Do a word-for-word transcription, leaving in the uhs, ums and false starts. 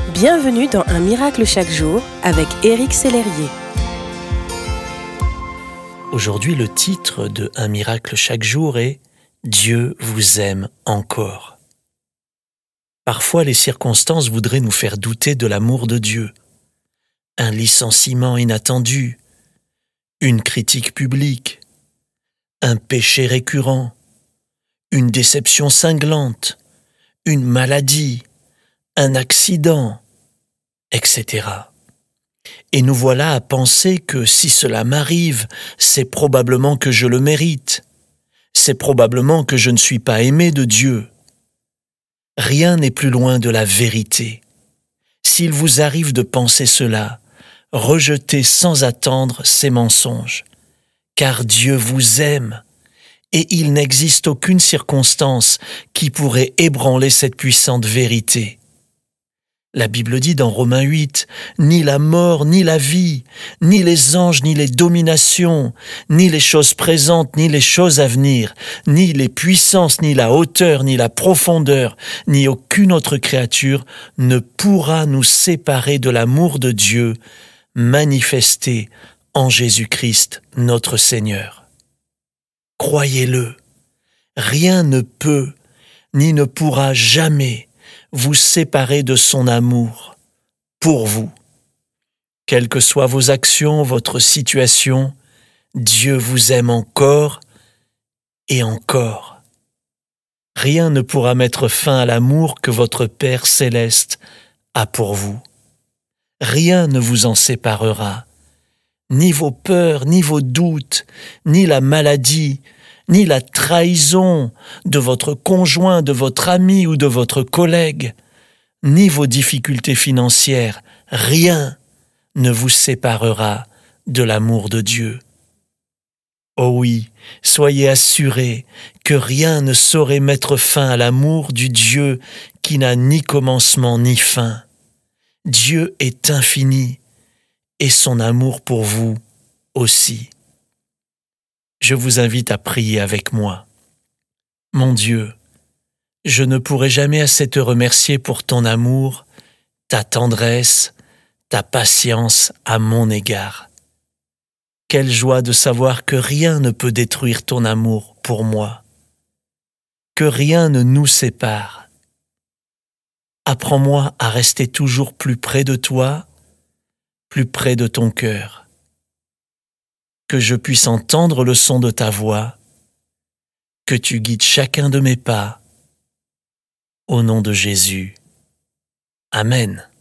Bienvenue dans Un miracle chaque jour avec Éric Sellerier. Aujourd'hui, le titre de Un miracle chaque jour est « Dieu vous aime encore ». Parfois, les circonstances voudraient nous faire douter de l'amour de Dieu. Un licenciement inattendu, une critique publique, un péché récurrent, une déception cinglante, une maladie, un accident, et cetera. Et nous voilà à penser que si cela m'arrive, c'est probablement que je le mérite. C'est probablement que je ne suis pas aimé de Dieu. Rien n'est plus loin de la vérité. S'il vous arrive de penser cela, rejetez sans attendre ces mensonges, car Dieu vous aime, et il n'existe aucune circonstance qui pourrait ébranler cette puissante vérité. La Bible dit dans Romains huit, « Ni la mort, ni la vie, ni les anges, ni les dominations, ni les choses présentes, ni les choses à venir, ni les puissances, ni la hauteur, ni la profondeur, ni aucune autre créature ne pourra nous séparer de l'amour de Dieu manifesté en Jésus-Christ notre Seigneur. » Croyez-le, rien ne peut ni ne pourra jamais vous séparer de son amour pour vous. Quelles que soient vos actions, votre situation, Dieu vous aime encore et encore. Rien ne pourra mettre fin à l'amour que votre Père céleste a pour vous. Rien ne vous en séparera. Ni vos peurs, ni vos doutes, ni la maladie, ni la trahison de votre conjoint, de votre ami ou de votre collègue, ni vos difficultés financières, rien ne vous séparera de l'amour de Dieu. Oh oui, soyez assurés que rien ne saurait mettre fin à l'amour du Dieu qui n'a ni commencement ni fin. Dieu est infini et son amour pour vous aussi. Je vous invite à prier avec moi. Mon Dieu, je ne pourrai jamais assez te remercier pour ton amour, ta tendresse, ta patience à mon égard. Quelle joie de savoir que rien ne peut détruire ton amour pour moi, que rien ne nous sépare. Apprends-moi à rester toujours plus près de toi, plus près de ton cœur. Que je puisse entendre le son de ta voix, que tu guides chacun de mes pas. Au nom de Jésus. Amen.